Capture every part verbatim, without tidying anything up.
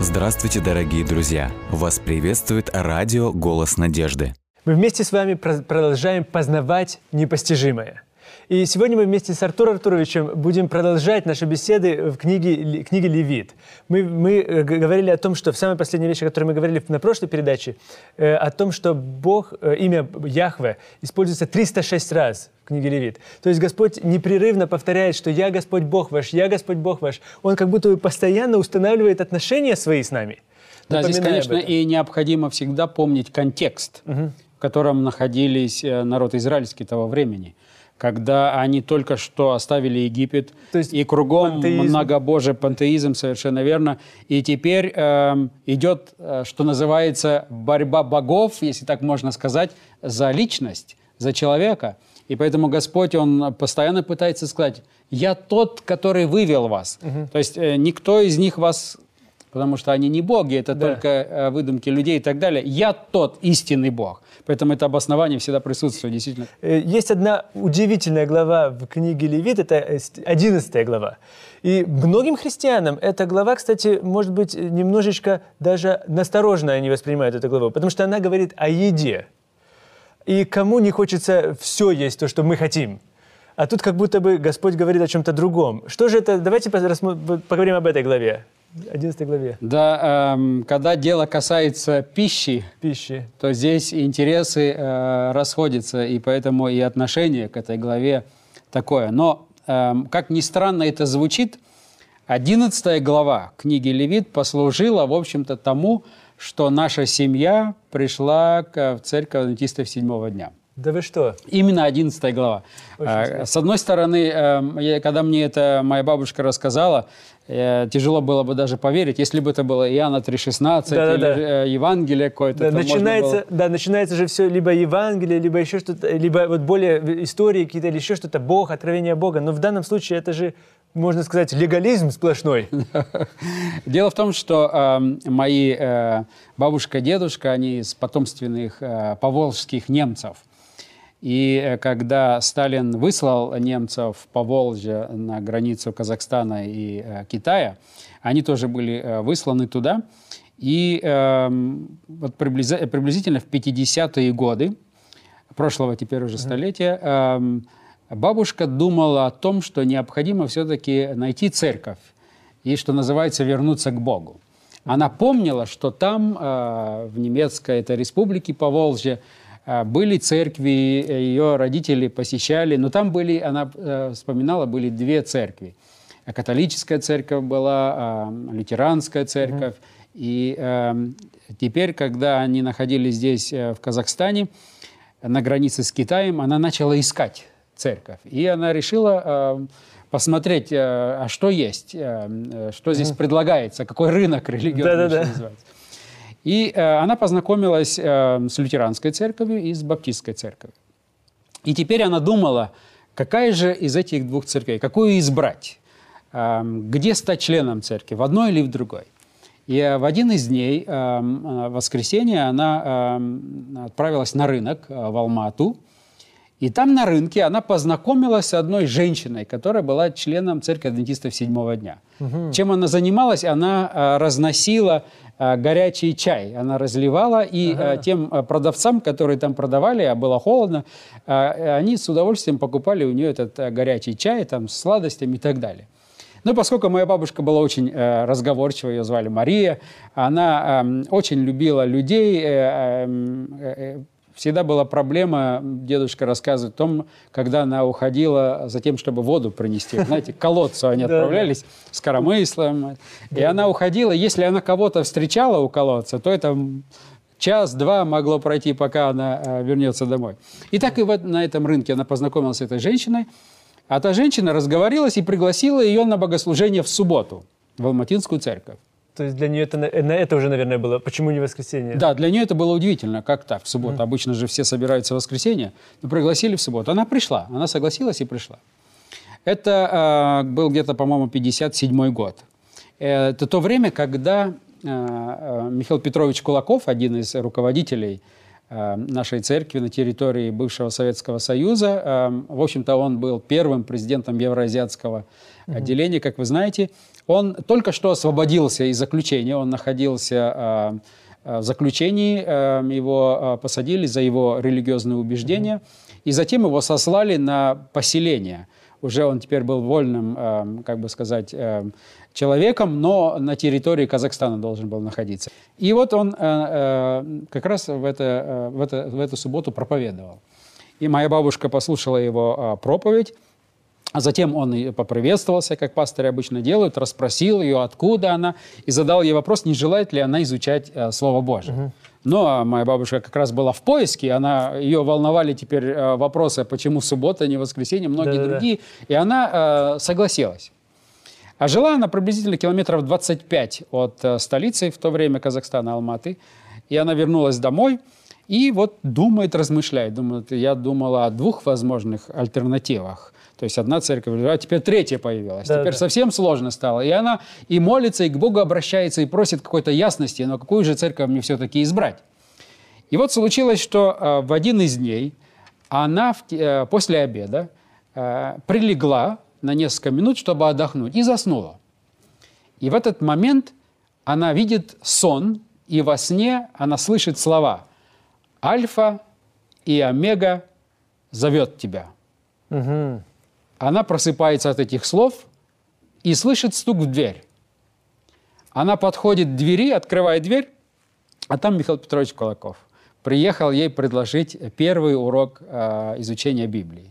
Здравствуйте, дорогие друзья! Вас приветствует радио «Голос надежды». Мы вместе с вами продолжаем познавать непостижимое. И сегодня мы вместе с Артуром Артуровичем будем продолжать наши беседы в книге, книге «Левит». Мы, мы говорили о том, что в самой последней вещи, о которой мы говорили на прошлой передаче, э, о том, что Бог, э, имя Яхве используется триста шесть раз в книге «Левит». То есть Господь непрерывно повторяет, что «Я Господь Бог ваш, я Господь Бог ваш». Он как будто бы постоянно устанавливает отношения свои с нами. Да, здесь, конечно, и необходимо всегда помнить контекст, угу. в котором находились народ израильский того времени, когда они только что оставили Египет, то есть и кругом пантеизм. Многобожие, пантеизм, совершенно верно. И теперь э, идет, э, что называется, борьба богов, если так можно сказать, за личность, за человека. И поэтому Господь, Он постоянно пытается сказать: «Я тот, который вывел вас». Угу. То есть э, никто из них вас... потому что они не боги, это да. только э, выдумки людей и так далее. Я тот истинный Бог. Поэтому это обоснование всегда присутствует, действительно. Есть одна удивительная глава в книге «Левит», это одиннадцатая глава. И многим христианам эта глава, кстати, может быть, немножечко даже настороженно они воспринимают эту главу, потому что она говорит о еде. И кому не хочется все есть, то, что мы хотим? А тут как будто бы Господь говорит о чем-то другом. Что же это? Давайте поговорим об этой главе. одиннадцатой главе. Да, э, когда дело касается пищи, пищи, то здесь интересы э, расходятся, и поэтому и отношение к этой главе такое. Но, э, как ни странно это звучит, одиннадцатая глава книги «Левит» послужила, в общем-то, тому, что наша семья пришла в церковь адвентистов седьмого дня. Да вы что? Именно одиннадцатая глава. Очень С одной стороны, когда мне это моя бабушка рассказала, тяжело было бы даже поверить, если бы это было Иоанна три шестнадцать да, или да. Евангелие какое-то. Да, начинается, было... да, начинается же все либо Евангелие, либо еще что-то, либо вот более истории какие-то, или еще что-то, Бог, откровение Бога. Но в данном случае это же, можно сказать, легализм сплошной. Дело в том, что э, мои э, бабушка и дедушка, они из потомственных э, поволжских немцев. И когда Сталин выслал немцев по Волжье на границу Казахстана и э, Китая, они тоже были э, высланы туда. И э, вот приблиз... приблизительно в пятидесятые годы прошлого теперь уже столетия э, бабушка думала о том, что необходимо все-таки найти церковь и, что называется, вернуться к Богу. Она помнила, что там, э, в немецкой этой республике Поволжье, были церкви, ее родители посещали, но там были, она э, вспоминала, были две церкви. Католическая церковь была, э, лютеранская церковь. Mm-hmm. И э, теперь, когда они находились здесь, э, в Казахстане, на границе с Китаем, она начала искать церковь. И она решила э, посмотреть, э, а что есть, э, что здесь mm-hmm. предлагается, какой рынок религиозный, что называется. И э, она познакомилась э, с лютеранской церковью и с баптистской церковью. И теперь она думала, какая же из этих двух церквей, какую избрать, э, где стать членом церкви, в одной или в другой. И э, в один из дней, э, в воскресенье, она э, отправилась на рынок э, в Алма-Ату. И там на рынке она познакомилась с одной женщиной, которая была членом церкви адвентистов седьмого дня. Угу. Чем она занималась? Она э, разносила э, горячий чай. Она разливала, и ага. э, тем продавцам, которые там продавали, а было холодно, э, они с удовольствием покупали у нее этот э, горячий чай там, с сладостями и так далее. Но поскольку моя бабушка была очень э, разговорчива, ее звали Мария, она э, очень любила людей, э, э, э, всегда была проблема, дедушка рассказывает о том, когда она уходила за тем, чтобы воду принести. Знаете, к колодцу они отправлялись с коромыслом. И она уходила. Если она кого-то встречала у колодца, то это час-два могло пройти, пока она вернется домой. И так и вот на этом рынке она познакомилась с этой женщиной. А та женщина разговорилась и пригласила ее на богослужение в субботу в Алматинскую церковь. То есть для нее это, на это уже, наверное, было. Почему не воскресенье? Да, для нее это было удивительно. Как так, в субботу? Mm-hmm. Обычно же все собираются в воскресенье. Но пригласили в субботу. Она пришла. Она согласилась и пришла. Это э, был где-то, по-моему, пятьдесят седьмой год. Это то время, когда э, Михаил Петрович Кулаков, один из руководителей э, нашей церкви на территории бывшего Советского Союза, э, в общем-то, он был первым президентом Евроазиатского mm-hmm. отделения, как вы знаете, Он только что освободился из заключения, он находился в заключении, его посадили за его религиозные убеждения, и затем его сослали на поселение. Уже он теперь был вольным, как бы сказать, человеком, но на территории Казахстана должен был находиться. И вот он как раз в, это, в, это, в эту субботу проповедовал. И моя бабушка послушала его проповедь, а затем он и поприветствовался, как пасторы обычно делают, расспросил ее, откуда она, и задал ей вопрос, не желает ли она изучать э, Слово Божие. Угу. Но моя бабушка как раз была в поиске, она, ее волновали теперь э, вопросы, почему суббота, не воскресенье, многие Да-да-да. другие, и она э, согласилась. А жила она приблизительно километров двадцать пять от э, столицы, в то время Казахстана, Алматы, и она вернулась домой, и вот думает, размышляет, думает, я думала о двух возможных альтернативах. То есть одна церковь, а теперь третья появилась. Да, теперь да. совсем сложно стало. И она и молится, и к Богу обращается, и просит какой-то ясности, но какую же церковь мне все-таки избрать? И вот случилось, что э, в один из дней она в, э, после обеда э, прилегла на несколько минут, чтобы отдохнуть, и заснула. И в этот момент она видит сон, и во сне она слышит слова «Альфа и Омега зовет тебя». Угу. Она просыпается от этих слов и слышит стук в дверь. Она подходит к двери, открывает дверь, а там Михаил Петрович Кулаков. Приехал ей предложить первый урок э, изучения Библии.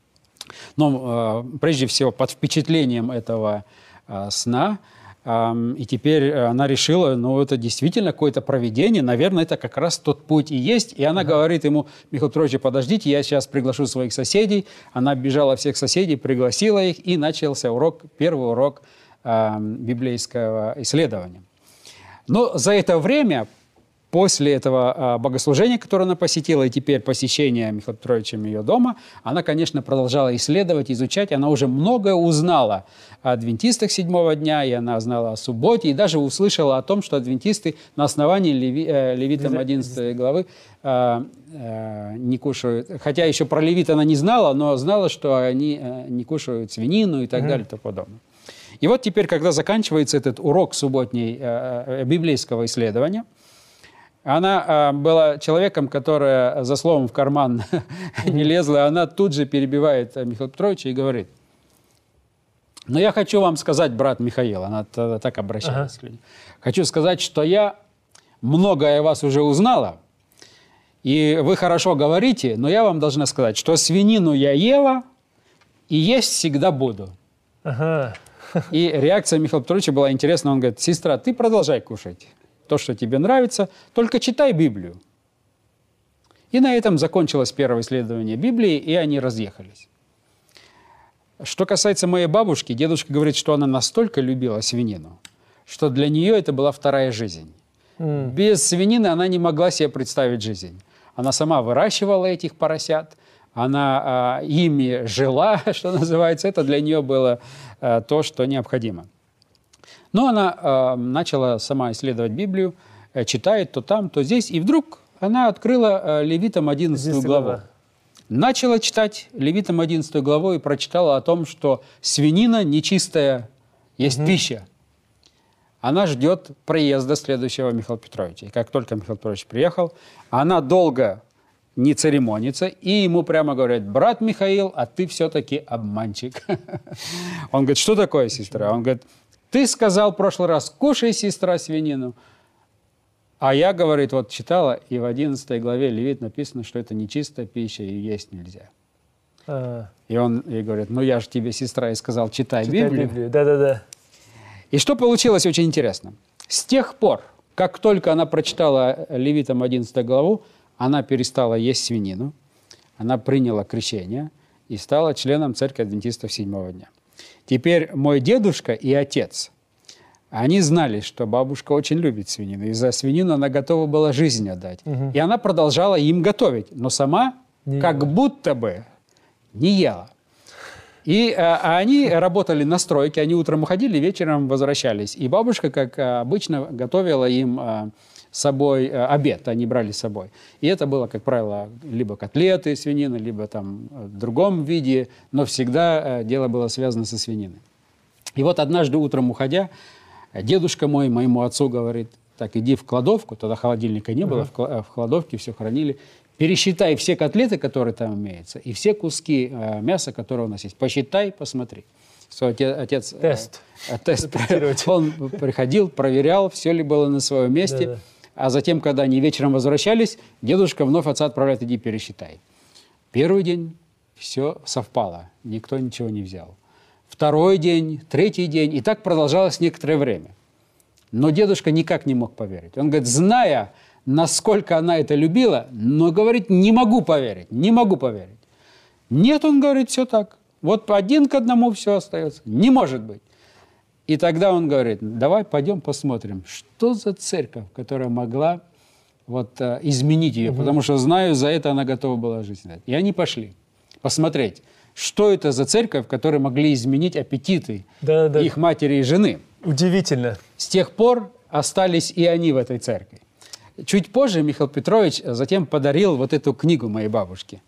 Но э, прежде всего под впечатлением этого э, сна, э, и теперь она решила, ну это действительно какое-то провидение, наверное, это как раз тот путь и есть. И она ага. говорит ему: Михаил Петрович, подождите, я сейчас приглашу своих соседей. Она оббежала всех соседей, пригласила их, и начался урок, первый урок э, библейского исследования. Но за это время, после этого э, богослужения, которое она посетила, и теперь посещения Михаила Петровича ее дома, она, конечно, продолжала исследовать, изучать. Она уже многое узнала о адвентистах седьмого дня, и она знала о субботе, и даже услышала о том, что адвентисты на основании Леви, э, Левитам одиннадцатой главы э, э, не кушают. Хотя еще про левит она не знала, но знала, что они э, не кушают свинину и так mm-hmm. далее и тому подобное. И вот теперь, когда заканчивается этот урок субботней э, библейского исследования, она э, была человеком, который за словом в карман не лезла, она тут же перебивает Михаила Петровича и говорит: но я хочу вам сказать, брат Михаил, она так обращалась ага. к людям, хочу сказать, что я многое о вас уже узнала, и вы хорошо говорите, но я вам должна сказать, что свинину я ела и есть всегда буду. Ага. И реакция Михаила Петровича была интересна. Он говорит: сестра, ты продолжай кушать то, что тебе нравится, только читай Библию. И на этом закончилось первое исследование Библии, и они разъехались. Что касается моей бабушки, дедушка говорит, что она настолько любила свинину, что для нее это была вторая жизнь. Mm. Без свинины она не могла себе представить жизнь. Она сама выращивала этих поросят, она а, ими жила, что называется. Это для нее было а, то, что необходимо. Но она а, начала сама исследовать Библию, а, читает то там, то здесь, и вдруг она открыла а, Левитам одиннадцатую главу. Начала читать Левитам одиннадцатую главу и прочитала о том, что свинина нечистая есть угу. пища. Она ждет приезда следующего Михаила Петровича. И как только Михаил Петрович приехал, она долго не церемонится, и ему прямо говорят: брат Михаил, а ты все-таки обманщик. Он говорит: что такое, сестра? Он говорит: ты сказал в прошлый раз, кушай, сестра, свинину. А я, говорит, вот читала, и в одиннадцатой главе Левит написано, что это нечистая пища, и есть нельзя. А. И он ей говорит: ну я же тебе, сестра, и сказал, читай, читай Библию. Библию. Да-да-да. И что получилось очень интересно. С тех пор, как только она прочитала Левитам одиннадцатую главу, она перестала есть свинину, она приняла крещение и стала членом Церкви Адвентистов седьмого дня. Теперь мой дедушка и отец, они знали, что бабушка очень любит свинину, и за свинину она готова была жизнь отдать. Угу. И она продолжала им готовить, но сама не как ела. будто бы не ела. И а, они работали на стройке, они утром уходили, вечером возвращались. И бабушка, как обычно, готовила им а, с собой а, обед, они брали с собой. И это было, как правило, либо котлеты свинины, либо там в другом виде, но всегда а, дело было связано со свининой. И вот однажды утром уходя, дедушка мой моему отцу говорит: так, иди в кладовку, тогда холодильника не было, uh-huh. в кладовке все хранили, пересчитай все котлеты, которые там имеются, и все куски э, мяса, которые у нас есть. Посчитай, посмотри. Свой отец, отец тест. Э, тест он приходил, проверял, все ли было на своем месте. Да, да. А затем, когда они вечером возвращались, дедушка вновь отца отправляет: иди пересчитай. Первый день все совпало, никто ничего не взял. Второй день, третий день, и так продолжалось некоторое время. Но дедушка никак не мог поверить. Он говорит, зная, насколько она это любила, но, говорит, не могу поверить, не могу поверить. Нет, он говорит, все так. Вот один к одному все остается. Не может быть. И тогда он говорит, давай пойдем посмотрим, что за церковь, которая могла вот, изменить ее. Угу. Потому что, знаю, за это она готова была жить. И они пошли посмотреть, что это за церковь, которая могли изменить аппетиты да, да. их матери и жены. Удивительно. С тех пор остались и они в этой церкви. Чуть позже Михаил Петрович затем подарил вот эту книгу моей бабушке.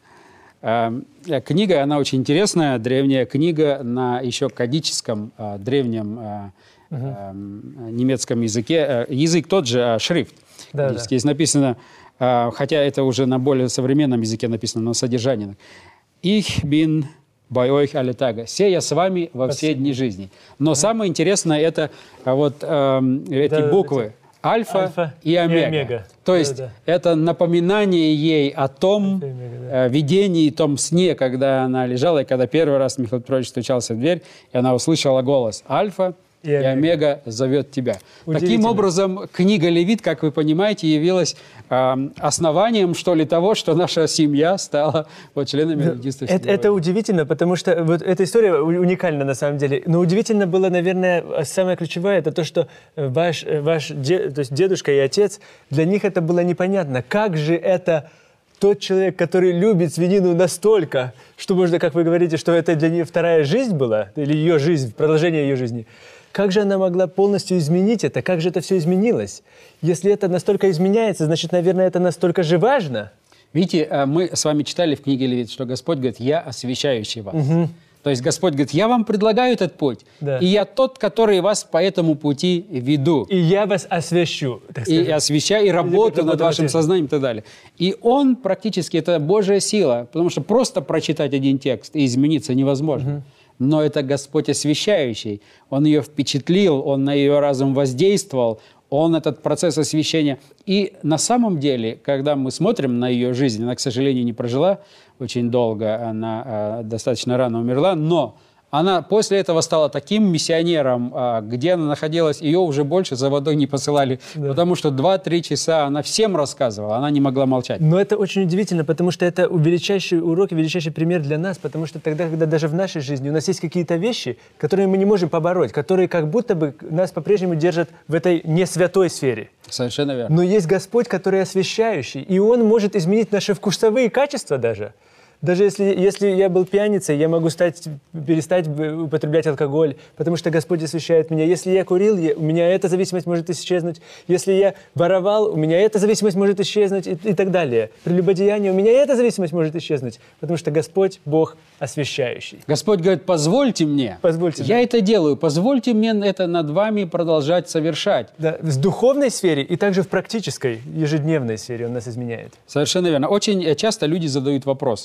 Книга, она очень интересная, древняя книга на еще кадическом, древнем угу. немецком языке. Язык тот же, а шрифт. Да, да. Здесь написано, хотя это уже на более современном языке написано, но содержание. «Ich bin bei euch alle Tage». «Се я с вами во все дни жизни». Но ага. самое интересное это вот э, эти да, буквы альфа, альфа и омега. И омега. То есть да, да. это напоминание ей о том омега, да. э, видении, том сне, когда она лежала, и когда первый раз Михаил Петрович стучался в дверь, и она услышала голос «Альфа и омега, и омега зовет тебя». Таким образом, книга Левит, как вы понимаете, явилась э, основанием, что ли, того, что наша семья стала вот, членами Адвентистов. Это, это удивительно, потому что вот эта история уникальна на самом деле. Но удивительно было, наверное, самое ключевое, это то, что ваш, ваш дед, то есть дедушка и отец, для них это было непонятно. Как же это... Тот человек, который любит свинину настолько, что можно, как вы говорите, что это для нее вторая жизнь была, или ее жизнь, продолжение ее жизни, как же она могла полностью изменить это? Как же это все изменилось? Если это настолько изменяется, значит, наверное, это настолько же важно. Видите, мы с вами читали в книге Левит, что Господь говорит, я освящающий вас. Угу. То есть Господь говорит, я вам предлагаю этот путь, да. и я тот, который вас по этому пути веду. И я вас освящу. Так и освящаю, и работаю над вашим сознанием и так далее. И он практически, это Божья сила, потому что просто прочитать один текст и измениться невозможно. Угу. Но это Господь освящающий. Он ее впечатлил, он на ее разум воздействовал, он этот процесс освящения. И на самом деле, когда мы смотрим на ее жизнь, она, к сожалению, не прожила очень долго, она э, достаточно рано умерла, но она после этого стала таким миссионером, э, где она находилась, ее уже больше за водой не посылали, да. потому что два-три часа она всем рассказывала, она не могла молчать. Но это очень удивительно, потому что это величайший урок, величайший пример для нас, потому что тогда, когда даже в нашей жизни у нас есть какие-то вещи, которые мы не можем побороть, которые как будто бы нас по-прежнему держат в этой не святой сфере. Совершенно верно. Но есть Господь, который освящающий, и Он может изменить наши вкусовые качества даже. Даже если, если я был пьяницей, я могу стать, перестать употреблять алкоголь, потому что Господь освящает меня. Если я курил, я, у меня эта зависимость может исчезнуть. Если я воровал, у меня эта зависимость может исчезнуть и, и так далее. Прелюбодеяние, у меня эта зависимость может исчезнуть, потому что Господь Бог освящающий. Господь говорит, позвольте мне, позвольте, я да. это делаю, позвольте мне это над вами продолжать совершать. Да, в духовной сфере и также в практической, ежедневной сфере Он нас изменяет. Совершенно верно. Очень часто люди задают вопрос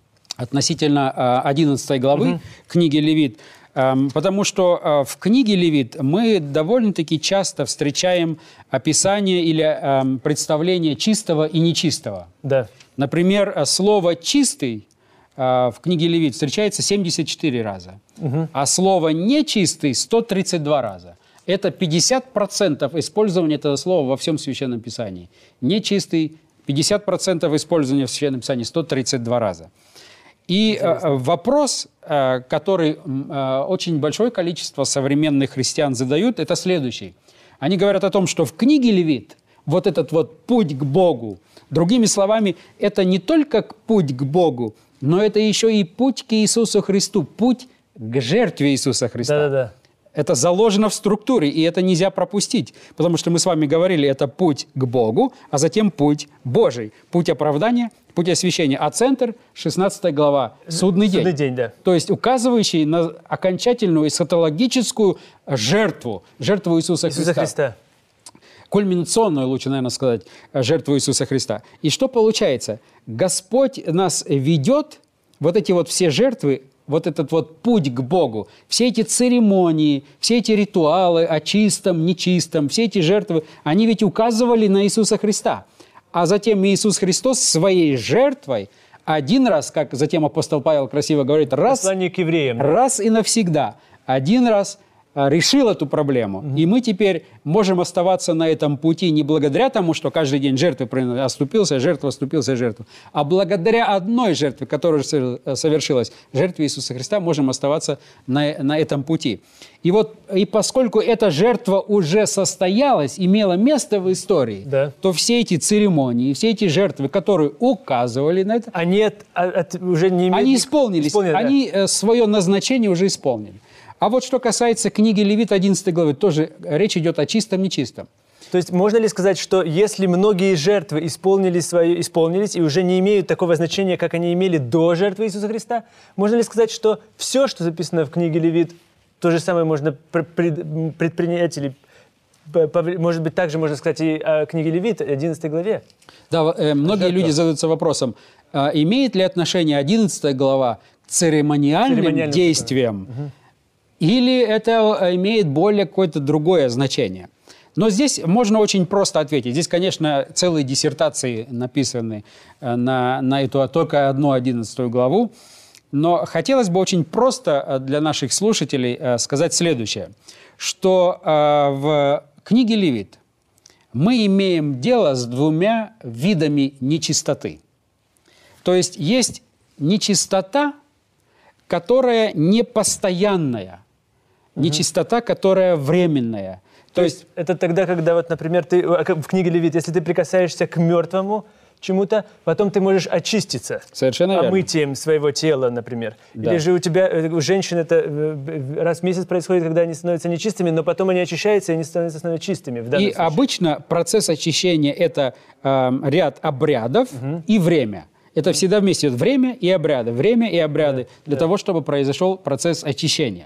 относительно одиннадцатой главы угу. книги Левит, потому что в книге Левит мы довольно-таки часто встречаем описание или представление чистого и нечистого. Да. Например, слово «чистый» в книге Левит встречается семьдесят четыре раза, угу. а слово «нечистый» сто тридцать два раза. Это пятьдесят процентов использования этого слова во всем Священном Писании. Нечистый, пятьдесят процентов использования в Священном Писании, сто тридцать два раза. И э, вопрос, э, который э, очень большое количество современных христиан задают, это следующий. Они говорят о том, что в книге Левит вот этот вот путь к Богу, другими словами, это не только путь к Богу, но это еще и путь к Иисусу Христу, путь к жертве Иисуса Христа. Да-да-да. Это заложено в структуре, и это нельзя пропустить. Потому что мы с вами говорили, это путь к Богу, а затем путь Божий. Путь оправдания, путь освящения. А центр, шестнадцатая глава, судный день. Судный день, да. То есть указывающий на окончательную эсхатологическую жертву. Жертву Иисуса, Иисуса Христа. Христа. Кульминационную, лучше, наверное, сказать, жертву Иисуса Христа. И что получается? Господь нас ведет, вот эти вот все жертвы, вот этот вот путь к Богу, все эти церемонии, все эти ритуалы о чистом, нечистом, все эти жертвы, они ведь указывали на Иисуса Христа. А затем Иисус Христос своей жертвой один раз, как затем апостол Павел красиво говорит, раз, Послание к евреям, да? раз и навсегда, один раз решил эту проблему. Угу. И мы теперь можем оставаться на этом пути не благодаря тому, что каждый день жертвы оступился, жертва, оступился, жертва, а благодаря одной жертве, которая совершилась, жертве Иисуса Христа, можем оставаться на, на этом пути. И вот, и поскольку эта жертва уже состоялась, имела место в истории, да, то все эти церемонии, все эти жертвы, которые указывали на это, они, от, от, уже не имеют... они исполнились, исполнили, они да. свое назначение уже исполнили. А вот что касается книги Левит, одиннадцатой главы, тоже речь идет о чистом-нечистом. То есть можно ли сказать, что если многие жертвы исполнились, свое, исполнились и уже не имеют такого значения, как они имели до жертвы Иисуса Христа, можно ли сказать, что все, что записано в книге Левит, то же самое можно предпринять или, может быть, также можно сказать и о книге Левит, одиннадцатой главе? Да, э, многие Жертва. люди задаются вопросом, э, имеет ли отношение одиннадцатая глава к церемониальным, церемониальным действиям, угу. или это имеет более какое-то другое значение? Но здесь можно очень просто ответить. Здесь, конечно, целые диссертации написаны на, на эту только одну одиннадцатую главу. Но хотелось бы очень просто для наших слушателей сказать следующее, что в книге Левит мы имеем дело с двумя видами нечистоты. То есть есть нечистота, которая непостоянная, угу. нечистота, которая временная. То, То есть, есть это тогда, когда, вот, например, ты в книге Левит, если ты прикасаешься к мертвому чему-то, потом ты можешь очиститься. Совершенно верно. Омытием своего тела, например. Да. Или же у тебя, у женщин это раз в месяц происходит, когда они становятся нечистыми, но потом они очищаются, и они становятся снова чистыми. В и случае. Обычно процесс очищения – это э, ряд обрядов угу. и время. Это всегда вместе время и обряды, время и обряды, да, для да. того, чтобы произошел процесс очищения.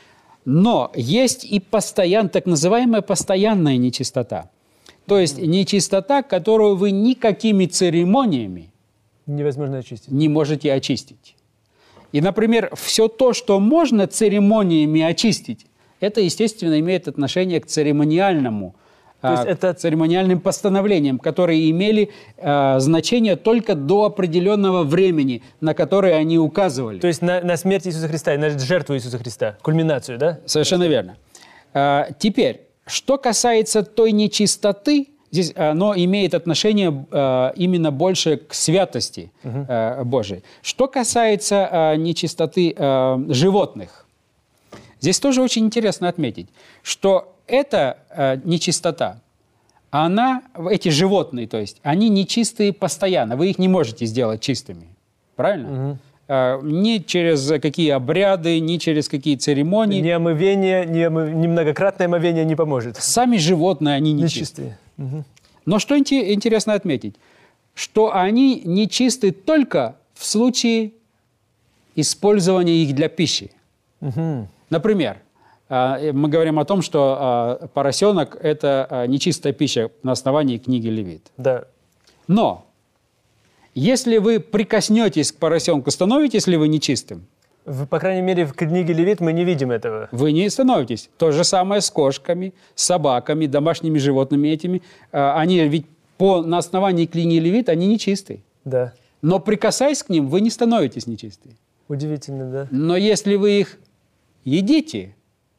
Но есть и постоян, так называемая постоянная нечистота. То есть нечистота, которую вы никакими церемониями невозможно очистить. не можете очистить. И, например, все то, что можно церемониями очистить, это, естественно, имеет отношение к церемониальному, То есть это... церемониальным постановлениям, которые имели э, значение только до определенного времени, на которое они указывали. То есть на, на смерть Иисуса Христа, на жертву Иисуса Христа, кульминацию, да? Совершенно верно. А, теперь, что касается той нечистоты, здесь оно имеет отношение а, именно больше к святости угу. а, Божией. Что касается а, нечистоты а, животных, здесь тоже очень интересно отметить, что эта а, нечистота, она, эти животные, то есть, они нечистые постоянно, вы их не можете сделать чистыми, правильно? Угу. Ни через какие обряды, ни через какие церемонии. Ни омывение, ни, омыв... ни многократное омовение не поможет. Сами животные, они нечистые. Угу. Но что интересно отметить, что они нечисты только в случае использования их для пищи. Угу. Например, мы говорим о том, что поросенок – это нечистая пища на основании книги Левит. Да. Но если вы прикоснетесь к поросенку, становитесь ли вы нечистым? В, по крайней мере, в книге Левит мы не видим этого. Вы не становитесь. То же самое с кошками, с собаками, домашними животными этими. Они ведь по, на основании книги Левит, они нечистые. Да. Но прикасаясь к ним, вы не становитесь нечистые. Удивительно, да. Но если вы их едите,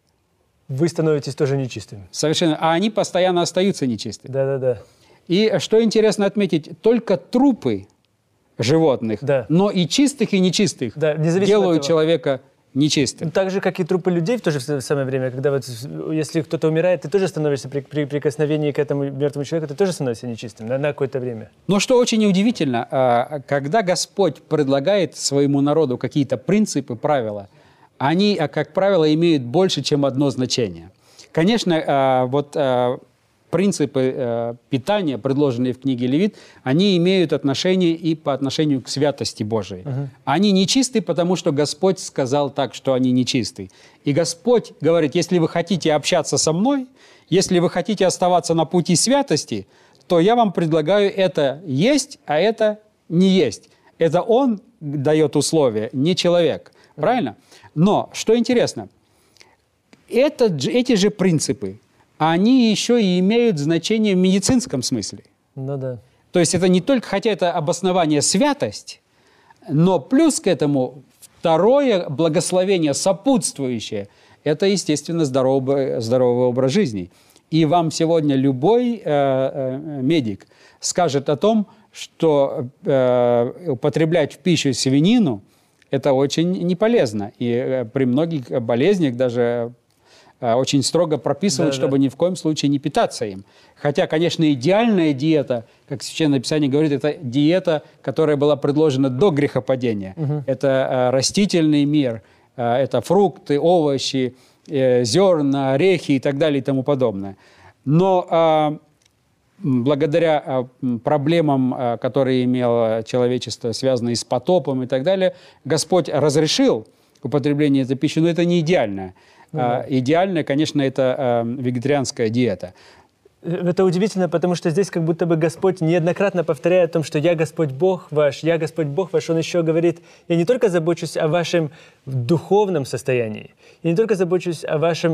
вы становитесь тоже нечистыми. Совершенно. А они постоянно остаются нечистыми. Да-да-да. И что интересно отметить, только трупы животных, да. но и чистых, и нечистых, да, делают человека нечистым. Так же, как и трупы людей в то же самое время, когда вот, если кто-то умирает, ты тоже становишься при, при прикосновении к этому мертвому человеку, ты тоже становишься нечистым на, на какое-то время. Но что очень удивительно, когда Господь предлагает своему народу какие-то принципы, правила, они, как правило, имеют больше, чем одно значение. Конечно, вот принципы питания, предложенные в книге Левит, они имеют отношение и по отношению к святости Божией. Uh-huh. Они нечисты, потому что Господь сказал так, что они нечисты. И Господь говорит, если вы хотите общаться со мной, если вы хотите оставаться на пути святости, то я вам предлагаю это есть, а это не есть. Это Он дает условия, не человек. Uh-huh. Правильно? Но, что интересно, это, эти же принципы, они еще и имеют значение в медицинском смысле. Ну да. То есть это не только, хотя это обоснование святость, но плюс к этому второе благословение сопутствующее – это, естественно, здоровый, здоровый образ жизни. И вам сегодня любой э, э, медик скажет о том, что э, употреблять в пищу свинину – это очень неполезно. И э, при многих болезнях даже очень строго прописывают, да, чтобы да. ни в коем случае не питаться им. Хотя, конечно, идеальная диета, как Священное Писание говорит, это диета, которая была предложена до грехопадения. Угу. Это э, растительный мир, э, это фрукты, овощи, э, зерна, орехи и так далее и тому подобное. Но э, благодаря э, проблемам, э, которые имело человечество, связанные с потопом и так далее, Господь разрешил употребление этой пищи, но это не идеальное. Uh, идеальная, конечно, это uh, вегетарианская диета. Это удивительно, потому что здесь как будто бы Господь неоднократно повторяет о том, что «Я Господь Бог ваш, я Господь Бог ваш». Он еще говорит, я не только забочусь о вашем духовном состоянии, я не только забочусь о вашем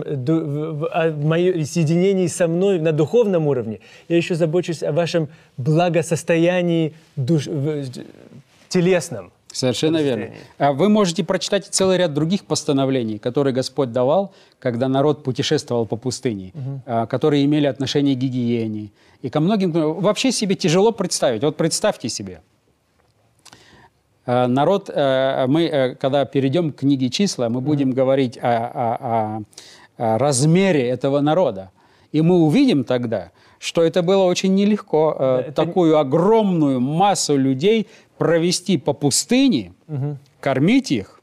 о моем соединении со мной на духовном уровне, я еще забочусь о вашем благосостоянии душ... телесном. Совершенно верно. Вы можете прочитать целый ряд других постановлений, которые Господь давал, когда народ путешествовал по пустыне, угу. которые имели отношение к гигиене. И ко многим... Вообще себе тяжело представить. Вот представьте себе. Народ... Мы, когда перейдем к книге «Числа», мы будем угу. говорить о, о, о размере этого народа. И мы увидим тогда, что это было очень нелегко, да, э, такую это... огромную массу людей провести по пустыне, угу. кормить их,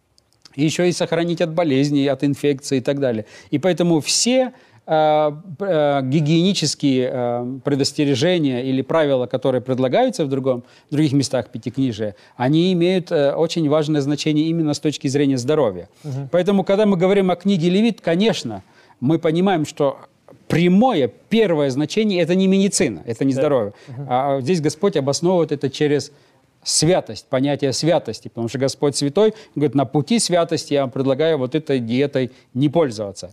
и еще и сохранить от болезней, от инфекций и так далее. И поэтому все э, э, гигиенические э, предостережения или правила, которые предлагаются в, другом, в других местах Пятикнижия, они имеют э, очень важное значение именно с точки зрения здоровья. Угу. Поэтому, когда мы говорим о книге Левит, конечно, мы понимаем, что прямое, первое значение – это не медицина, это не да. здоровье. Угу. А здесь Господь обосновывает это через святость, понятие святости. Потому что Господь святой, говорит, на пути святости я вам предлагаю вот этой диетой не пользоваться.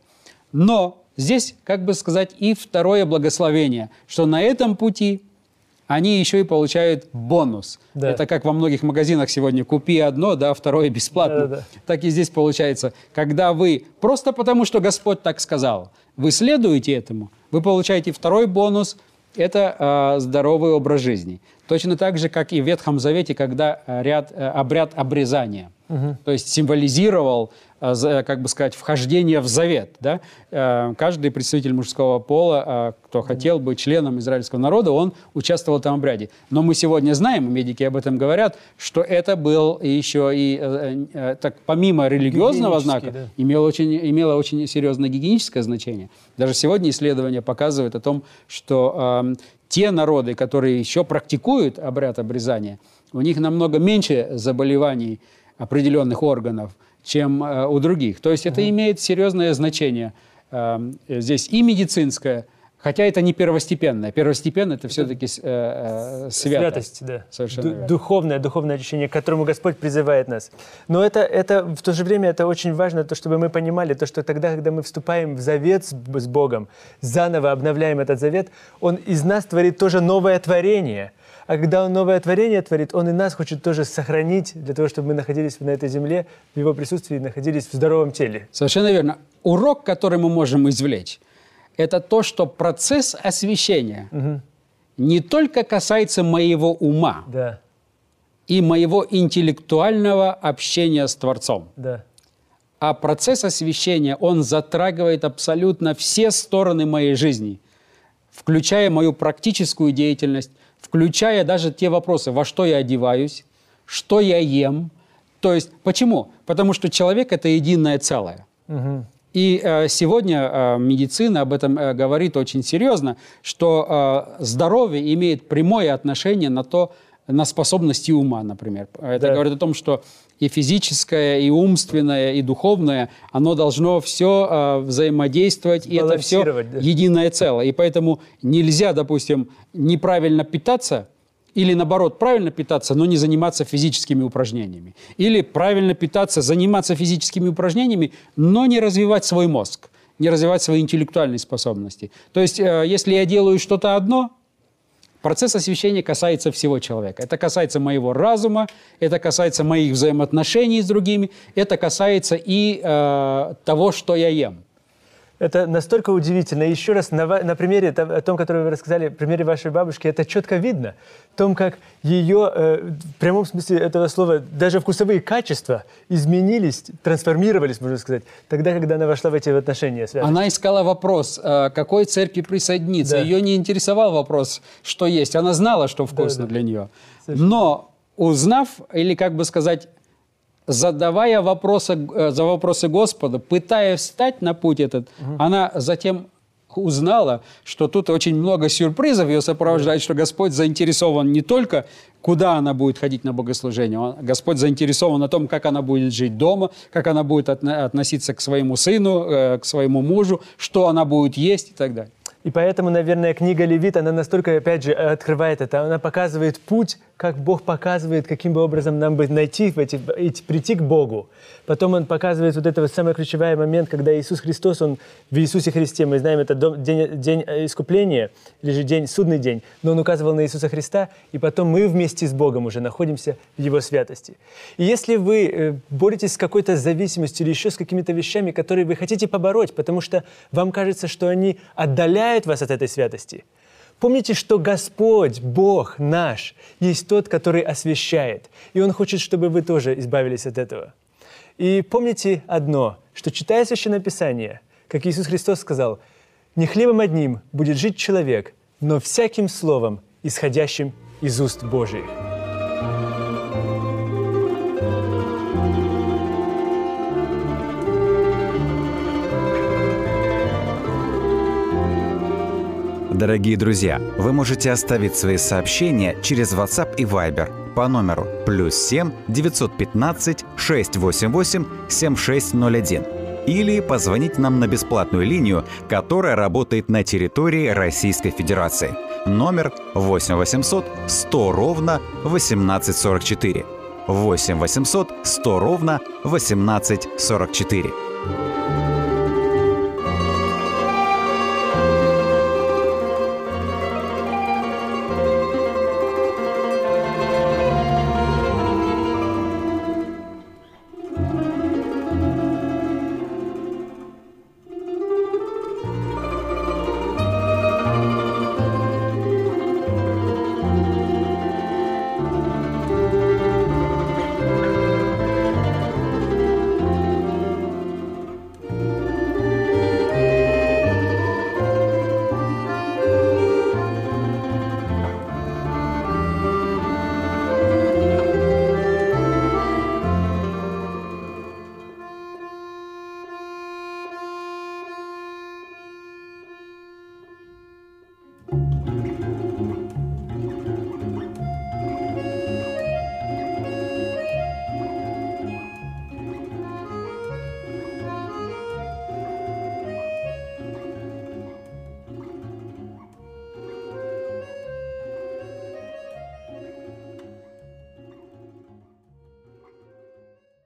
Но здесь, как бы сказать, и второе благословение, что на этом пути они еще и получают бонус. Да. Это как во многих магазинах сегодня «купи одно, да, второе бесплатно». Да, да, да. Так и здесь получается, когда вы, просто потому что Господь так сказал, вы следуете этому, вы получаете второй бонус – это э, здоровый образ жизни. Точно так же, как и в Ветхом Завете, когда ряд, э, обряд обрезания, угу. то есть символизировал, э, за, как бы сказать, вхождение в завет. Да? Э, каждый представитель мужского пола, э, кто хотел быть членом израильского народа, он участвовал в этом обряде. Но мы сегодня знаем, медики об этом говорят, что это был еще и, э, э, так, помимо религиозного знака, да. имело, очень, имело очень серьезное гигиеническое значение. Даже сегодня исследования показывают о том, что э, те народы, которые еще практикуют обряд обрезания, у них намного меньше заболеваний определенных органов, чем э, у других. То есть это угу. имеет серьезное значение э, здесь и медицинское, хотя это не первостепенное. Первостепенное – это все-таки э, э, святость. Святость, да. Совершенно Ду- духовное, духовное очищение, к которому Господь призывает нас. Но это, это в то же время это очень важно, то, чтобы мы понимали, то, что тогда, когда мы вступаем в завет с, с Богом, заново обновляем этот завет, Он из нас творит тоже новое творение. А когда Он новое творение творит, Он и нас хочет тоже сохранить, для того, чтобы мы находились на этой земле, в Его присутствии, находились в здоровом теле. Совершенно верно. Урок, который мы можем извлечь, это то, что процесс освящения угу. не только касается моего ума да. и моего интеллектуального общения с Творцом, да. а процесс освящения, он затрагивает абсолютно все стороны моей жизни, включая мою практическую деятельность, включая даже те вопросы, во что я одеваюсь, что я ем, То есть, почему? Потому что человек – это единое целое. Угу. И э, сегодня э, медицина об этом э, говорит очень серьезно, что э, здоровье имеет прямое отношение на то, на способности ума, например. Это Да. говорит о том, что и физическое, и умственное, и духовное, оно должно все э, взаимодействовать, и это все Балансировать, да. единое целое. И поэтому нельзя, допустим, неправильно питаться, или, наоборот, правильно питаться, но не заниматься физическими упражнениями. Или правильно питаться, заниматься физическими упражнениями, но не развивать свой мозг, не развивать свои интеллектуальные способности. То есть, э, если я делаю что-то одно, процесс освящения касается всего человека. Это касается моего разума, это касается моих взаимоотношений с другими, это касается и э, того, что я ем. Это настолько удивительно. Еще раз, на, на примере, о том, который вы рассказали, примере вашей бабушки, это четко видно. В том, как ее, э, в прямом смысле этого слова, даже вкусовые качества изменились, трансформировались, можно сказать, тогда, когда она вошла в эти отношения. Святости. Она искала вопрос, к какой церкви присоединиться. Да. Ее не интересовал вопрос, что есть. Она знала, что вкусно Да, да. для нее. Совершенно. Но узнав, или, как бы сказать, задавая вопросы, э, за вопросы Господа, пытаясь встать на путь этот, угу. она затем узнала, что тут очень много сюрпризов ее сопровождает, да. что Господь заинтересован не только, куда она будет ходить на богослужение, он, Господь заинтересован о том, как она будет жить дома, как она будет отно- относиться к своему сыну, э, к своему мужу, что она будет есть и так далее. И поэтому, наверное, книга Левит, она настолько, опять же, открывает это, она показывает путь, как Бог показывает, каким бы образом нам бы найти, в эти, эти, прийти к Богу. Потом Он показывает вот это вот самый ключевой момент, когда Иисус Христос, Он в Иисусе Христе, мы знаем, это день, день искупления, или же день, судный день, но Он указывал на Иисуса Христа, и потом мы вместе с Богом уже находимся в Его святости. И если вы боретесь с какой-то зависимостью или еще с какими-то вещами, которые вы хотите побороть, потому что вам кажется, что они отдаляют вас от этой святости, помните, что Господь, Бог наш, есть тот, который освящает. И Он хочет, чтобы вы тоже избавились от этого. И помните одно, что, читая Священное Писание, как Иисус Христос сказал, «Не хлебом одним будет жить человек, но всяким словом, исходящим из уст Божиих». Дорогие друзья, вы можете оставить свои сообщения через WhatsApp и Viber по номеру плюс семь девятьсот пятнадцать шестьсот восемьдесят восемь семьдесят шесть ноль один или позвонить нам на бесплатную линию, которая работает на территории Российской Федерации. Номер восемь восемьсот сто ровно восемнадцать сорок четыре. восемь восемьсот сто ровно восемнадцать сорок четыре.